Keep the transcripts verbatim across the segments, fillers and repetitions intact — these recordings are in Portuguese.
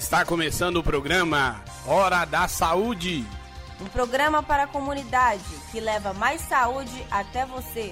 Está começando o programa Hora da Saúde. Um programa para a comunidade que leva mais saúde até você.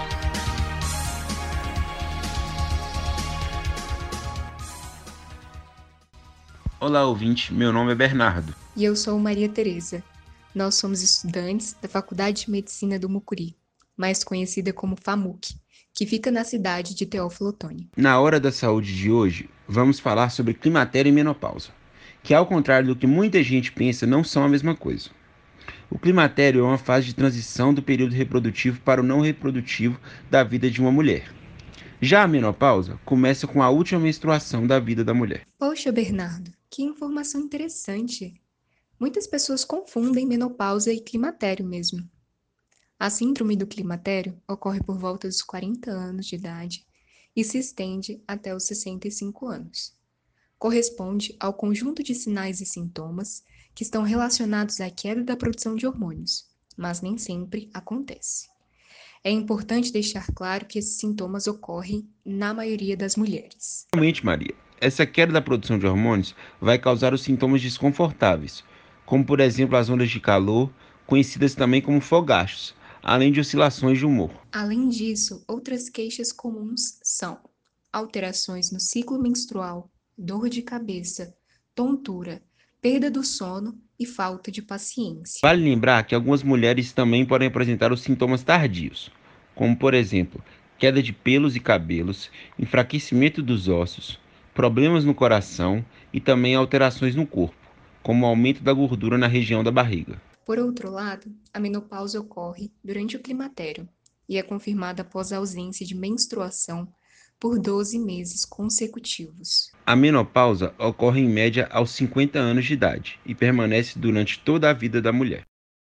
Olá, ouvinte. Meu nome é Bernardo. E eu sou Maria Tereza. Nós somos estudantes da Faculdade de Medicina do Mucuri, mais conhecida como FAMUC, que fica na cidade de Teófilo Otoni. Na Hora da Saúde de hoje, vamos falar sobre climatério e menopausa, que ao contrário do que muita gente pensa, não são a mesma coisa. O climatério é uma fase de transição do período reprodutivo para o não reprodutivo da vida de uma mulher. Já a menopausa começa com a última menstruação da vida da mulher. Poxa, Bernardo, que informação interessante! Muitas pessoas confundem menopausa e climatério mesmo. A síndrome do climatério ocorre por volta dos quarenta anos de idade e se estende até os sessenta e cinco anos. Corresponde ao conjunto de sinais e sintomas que estão relacionados à queda da produção de hormônios, mas nem sempre acontece. É importante deixar claro que esses sintomas ocorrem na maioria das mulheres. Realmente, Maria, essa queda da produção de hormônios vai causar os sintomas desconfortáveis, como por exemplo as ondas de calor, conhecidas também como fogachos, além de oscilações de humor. Além disso, outras queixas comuns são alterações no ciclo menstrual, dor de cabeça, tontura, perda do sono e falta de paciência. Vale lembrar que algumas mulheres também podem apresentar os sintomas tardios, como por exemplo, queda de pelos e cabelos, enfraquecimento dos ossos, problemas no coração e também alterações no corpo, como o aumento da gordura na região da barriga. Por outro lado, a menopausa ocorre durante o climatério e é confirmada após a ausência de menstruação por doze meses consecutivos. A menopausa ocorre em média aos cinquenta anos de idade e permanece durante toda a vida da mulher.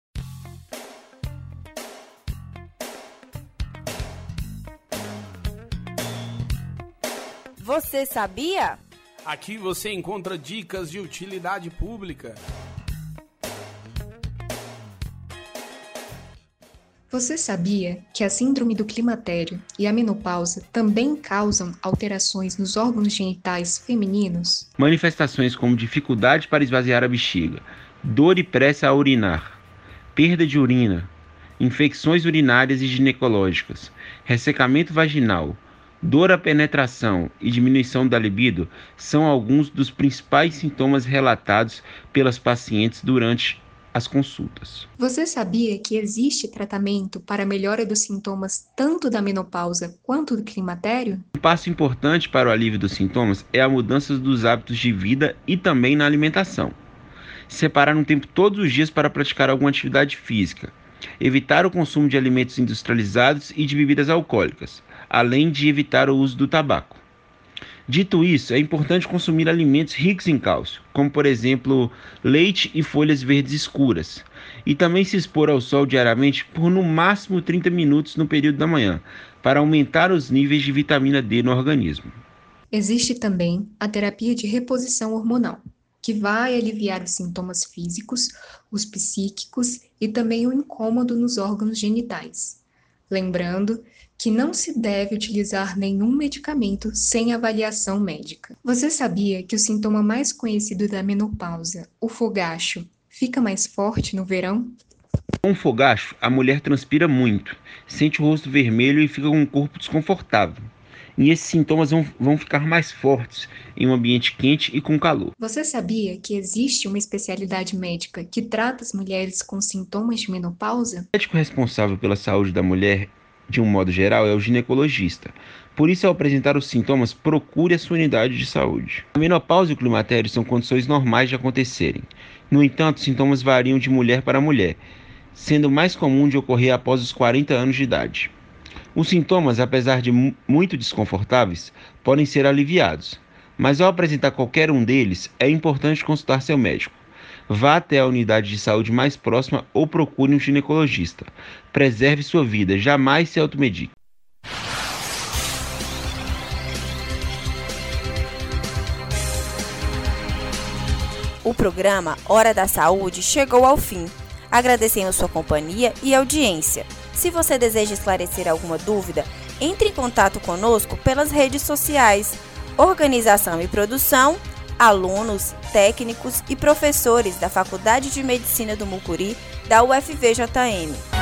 Você sabia? Aqui você encontra dicas de utilidade pública. Você sabia que a síndrome do climatério e a menopausa também causam alterações nos órgãos genitais femininos? Manifestações como dificuldade para esvaziar a bexiga, dor e pressa a urinar, perda de urina, infecções urinárias e ginecológicas, ressecamento vaginal, dor à penetração e diminuição da libido são alguns dos principais sintomas relatados pelas pacientes durante as consultas. Você sabia que existe tratamento para a melhora dos sintomas tanto da menopausa quanto do climatério? Um passo importante para o alívio dos sintomas é a mudança dos hábitos de vida e também na alimentação. Separar um tempo todos os dias para praticar alguma atividade física. Evitar o consumo de alimentos industrializados e de bebidas alcoólicas, além de evitar o uso do tabaco. Dito isso, é importante consumir alimentos ricos em cálcio, como por exemplo, leite e folhas verdes escuras, e também se expor ao sol diariamente por no máximo trinta minutos no período da manhã, para aumentar os níveis de vitamina D no organismo. Existe também a terapia de reposição hormonal, que vai aliviar os sintomas físicos, os psíquicos e também o incômodo nos órgãos genitais. Lembrando que não se deve utilizar nenhum medicamento sem avaliação médica. Você sabia que o sintoma mais conhecido da menopausa, o fogacho, fica mais forte no verão? Com o fogacho, a mulher transpira muito, sente o rosto vermelho e fica com o corpo desconfortável. E esses sintomas vão, vão ficar mais fortes em um ambiente quente e com calor. Você sabia que existe uma especialidade médica que trata as mulheres com sintomas de menopausa? O médico responsável pela saúde da mulher, de um modo geral, é o ginecologista. Por isso, ao apresentar os sintomas, procure a sua unidade de saúde. A menopausa e o climatério são condições normais de acontecerem. No entanto, os sintomas variam de mulher para mulher, sendo mais comum de ocorrer após os quarenta anos de idade. Os sintomas, apesar de mu- muito desconfortáveis, podem ser aliviados, mas ao apresentar qualquer um deles, é importante consultar seu médico. Vá até a unidade de saúde mais próxima ou procure um ginecologista. Preserve sua vida, jamais se automedique. O programa Hora da Saúde chegou ao fim. Agradecemos sua companhia e audiência. Se você deseja esclarecer alguma dúvida, entre em contato conosco pelas redes sociais. Organização e produção, alunos, técnicos e professores da Faculdade de Medicina do Mucuri da U F V J M.